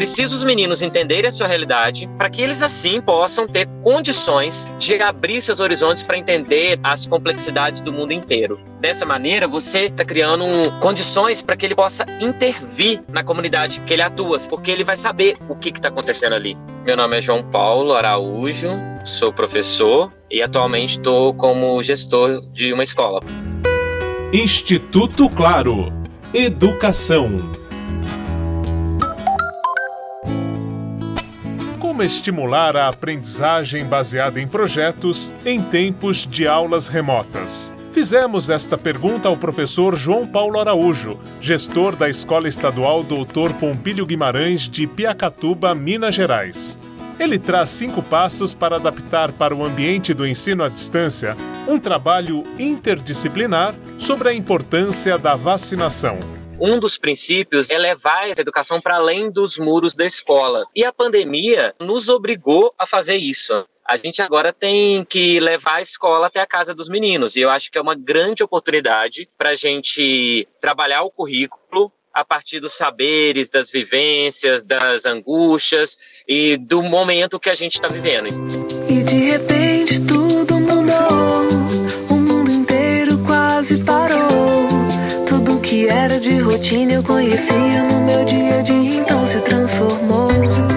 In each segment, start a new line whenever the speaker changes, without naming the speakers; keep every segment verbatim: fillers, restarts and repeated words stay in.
Precisa os meninos entenderem a sua realidade para que eles assim possam ter condições de abrir seus horizontes para entender as complexidades do mundo inteiro. Dessa maneira, você está criando um, condições para que ele possa intervir na comunidade que ele atua, porque ele vai saber o que está acontecendo ali. Meu nome é João Paulo Araújo, sou professor e atualmente estou como gestor de uma escola.
Instituto Claro. Educação. Como estimular a aprendizagem baseada em projetos em tempos de aulas remotas? Fizemos esta pergunta ao professor João Paulo Araújo, gestor da Escola Estadual doutor Pompílio Guimarães de Piacatuba, Minas Gerais. Ele traz cinco passos para adaptar para o ambiente do ensino à distância um trabalho interdisciplinar sobre a importância da vacinação.
Um dos princípios é levar a educação para além dos muros da escola. E a pandemia nos obrigou a fazer isso. A gente agora tem que levar a escola até a casa dos meninos. E eu acho que é uma grande oportunidade para a gente trabalhar o currículo a partir dos saberes, das vivências, das angústias e do momento que a gente está vivendo.
E de repente tudo mudou, o mundo inteiro quase parou. Tudo que era de rotina eu conhecia no meu dia a dia, então se transformou.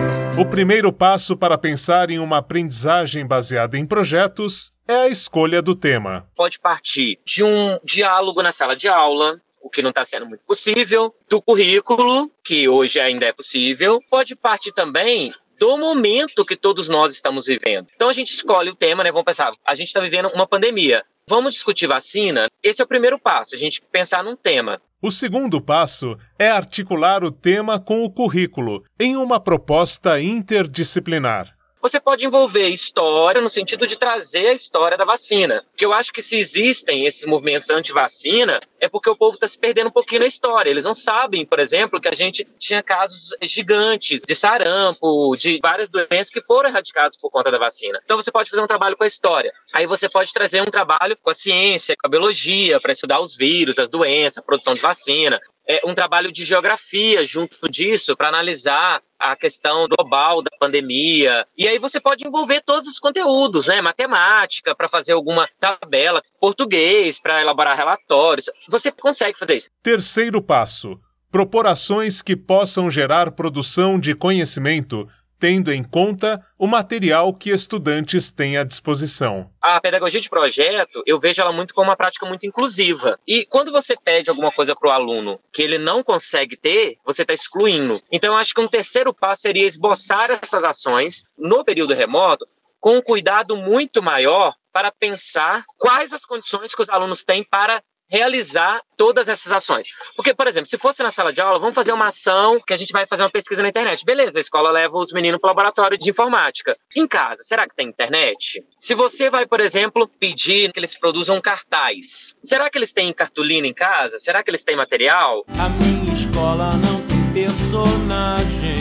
O primeiro passo para pensar em uma aprendizagem baseada em projetos é a escolha do tema.
Pode partir de um diálogo na sala de aula, o que não está sendo muito possível, do currículo, que hoje ainda é possível, pode partir também do momento que todos nós estamos vivendo. Então a gente escolhe o tema, né? Vamos pensar, a gente está vivendo uma pandemia. Vamos discutir vacina? Esse é o primeiro passo, a gente pensar num tema.
O segundo passo é articular o tema com o currículo, em uma proposta interdisciplinar.
Você pode envolver história no sentido de trazer a história da vacina. Porque eu acho que se existem esses movimentos anti-vacina, é porque o povo está se perdendo um pouquinho na história. Eles não sabem, por exemplo, que a gente tinha casos gigantes de sarampo, de várias doenças que foram erradicadas por conta da vacina. Então você pode fazer um trabalho com a história. Aí você pode trazer um trabalho com a ciência, com a biologia, para estudar os vírus, as doenças, a produção de vacina. É um trabalho de geografia junto disso para analisar a questão global da pandemia. E aí você pode envolver todos os conteúdos, né? Matemática para fazer alguma tabela, português para elaborar relatórios. Você consegue fazer isso.
Terceiro passo: propor ações que possam gerar produção de conhecimento, tendo em conta o material que estudantes têm à disposição.
A pedagogia de projeto, eu vejo ela muito como uma prática muito inclusiva. E quando você pede alguma coisa para o aluno que ele não consegue ter, você está excluindo. Então, eu acho que um terceiro passo seria esboçar essas ações no período remoto com um cuidado muito maior para pensar quais as condições que os alunos têm para realizar todas essas ações. Porque, por exemplo, se fosse na sala de aula, vamos fazer uma ação que a gente vai fazer uma pesquisa na internet. Beleza, a escola leva os meninos para o laboratório de informática. Em casa, será que tem internet? Se você vai, por exemplo, pedir que eles produzam um cartaz, será que eles têm cartolina em casa? Será que eles têm material?
A minha escola não tem personagem.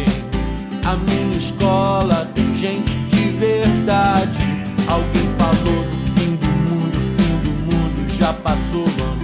A minha escola tem gente de verdade. Alguém falou do fim do mundo, o fim do mundo já passou.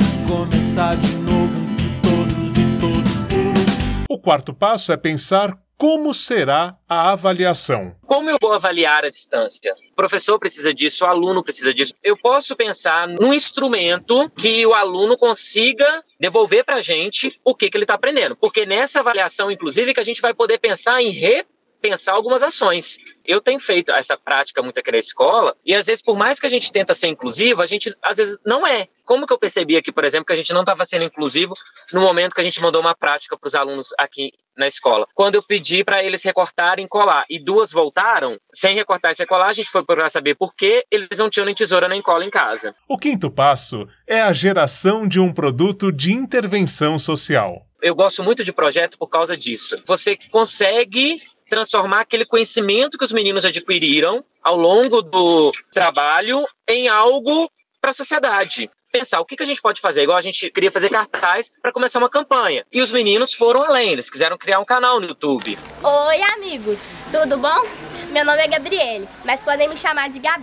Começar de novo entre todos e todos por um.
O quarto passo é pensar como será a avaliação.
Como eu vou avaliar a distância? O professor precisa disso, o aluno precisa disso. Eu posso pensar num instrumento que o aluno consiga devolver para a gente o que, que ele está aprendendo. Porque nessa avaliação, inclusive, que a gente vai poder pensar em repensar algumas ações. Eu tenho feito essa prática muito aqui na escola e, às vezes, por mais que a gente tenta ser inclusivo, a gente, às vezes, não é. Como que eu percebi aqui, por exemplo, que a gente não estava sendo inclusivo no momento que a gente mandou uma prática para os alunos aqui na escola? Quando eu pedi para eles recortarem e colar, e duas voltaram, sem recortar e sem colar, a gente foi procurar saber por que eles não tinham nem tesoura nem cola em casa.
O quinto passo é a geração de um produto de intervenção social.
Eu gosto muito de projeto por causa disso. Você consegue transformar aquele conhecimento que os meninos adquiriram ao longo do trabalho em algo para a sociedade. Pensar o que a gente pode fazer, igual a gente queria fazer cartaz para começar uma campanha. E os meninos foram além, eles quiseram criar um canal no YouTube.
Oi, amigos, tudo bom? Meu nome é Gabriele, mas podem me chamar de Gabi.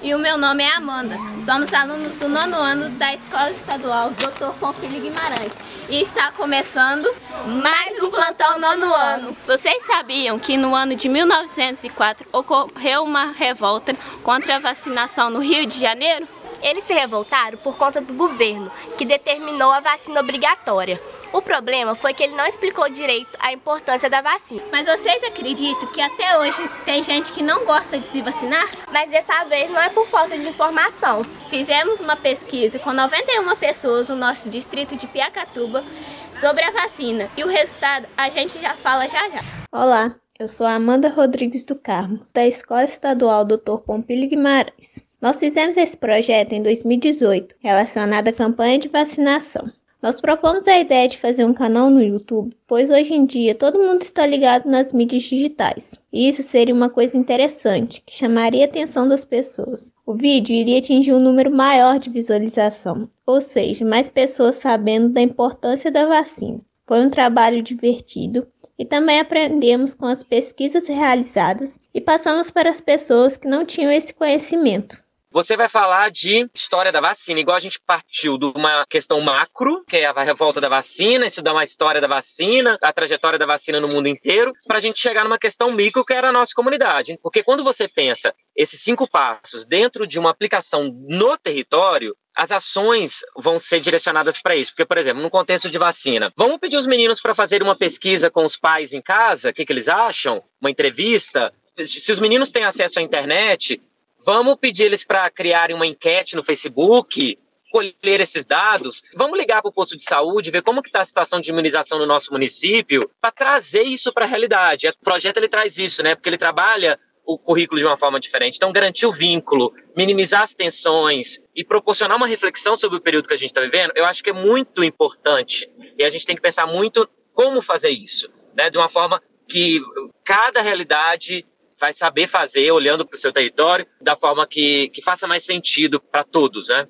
E o meu nome é Amanda. Somos alunos do nono ano da Escola Estadual doutor Pompílio Guimarães. E está começando mais um plantão nono ano. Vocês sabiam que no ano de mil novecentos e quatro ocorreu uma revolta contra a vacinação no Rio de Janeiro?
Eles se revoltaram por conta do governo, que determinou a vacina obrigatória. O problema foi que ele não explicou direito a importância da vacina.
Mas vocês acreditam que até hoje tem gente que não gosta de se vacinar?
Mas dessa vez não é por falta de informação.
Fizemos uma pesquisa com noventa e uma pessoas no nosso distrito de Piacatuba sobre a vacina. E o resultado a gente já fala já já.
Olá, eu sou a Amanda Rodrigues do Carmo, da Escola Estadual doutor Pompílio Guimarães. Nós fizemos esse projeto em dois mil e dezoito, relacionado à campanha de vacinação. Nós propomos a ideia de fazer um canal no YouTube, pois hoje em dia todo mundo está ligado nas mídias digitais. E isso seria uma coisa interessante, que chamaria a atenção das pessoas. O vídeo iria atingir um número maior de visualização, ou seja, mais pessoas sabendo da importância da vacina. Foi um trabalho divertido e também aprendemos com as pesquisas realizadas e passamos para as pessoas que não tinham esse conhecimento.
Você vai falar de história da vacina, igual a gente partiu de uma questão macro, que é a revolta da vacina, estudar uma história da vacina, a trajetória da vacina no mundo inteiro, para a gente chegar numa questão micro, que era a nossa comunidade. Porque quando você pensa esses cinco passos dentro de uma aplicação no território, as ações vão ser direcionadas para isso. Porque, por exemplo, no contexto de vacina, vamos pedir os meninos para fazerem uma pesquisa com os pais em casa, o que, que eles acham? Uma entrevista? Se os meninos têm acesso à internet, vamos pedir eles para criarem uma enquete no Facebook, colher esses dados. Vamos ligar para o posto de saúde, ver como que está a situação de imunização no nosso município, para trazer isso para a realidade. O projeto ele traz isso, né? Porque ele trabalha o currículo de uma forma diferente. Então, garantir o vínculo, minimizar as tensões e proporcionar uma reflexão sobre o período que a gente está vivendo, eu acho que é muito importante. E a gente tem que pensar muito como fazer isso, né? De uma forma que cada realidade vai saber fazer, olhando para o seu território, da forma que, que faça mais sentido para todos, né?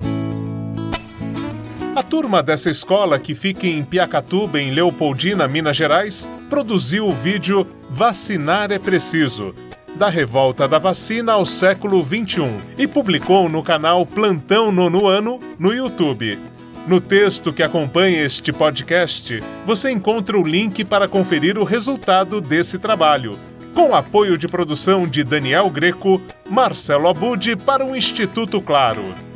A turma dessa escola, que fica em Piacatuba, em Leopoldina, Minas Gerais, produziu o vídeo Vacinar é Preciso, da revolta da vacina ao século vinte e um, e publicou no canal Plantão Nono Ano, no YouTube. No texto que acompanha este podcast, você encontra o link para conferir o resultado desse trabalho, com apoio de produção de Daniel Greco, Marcelo Abud para o Instituto Claro.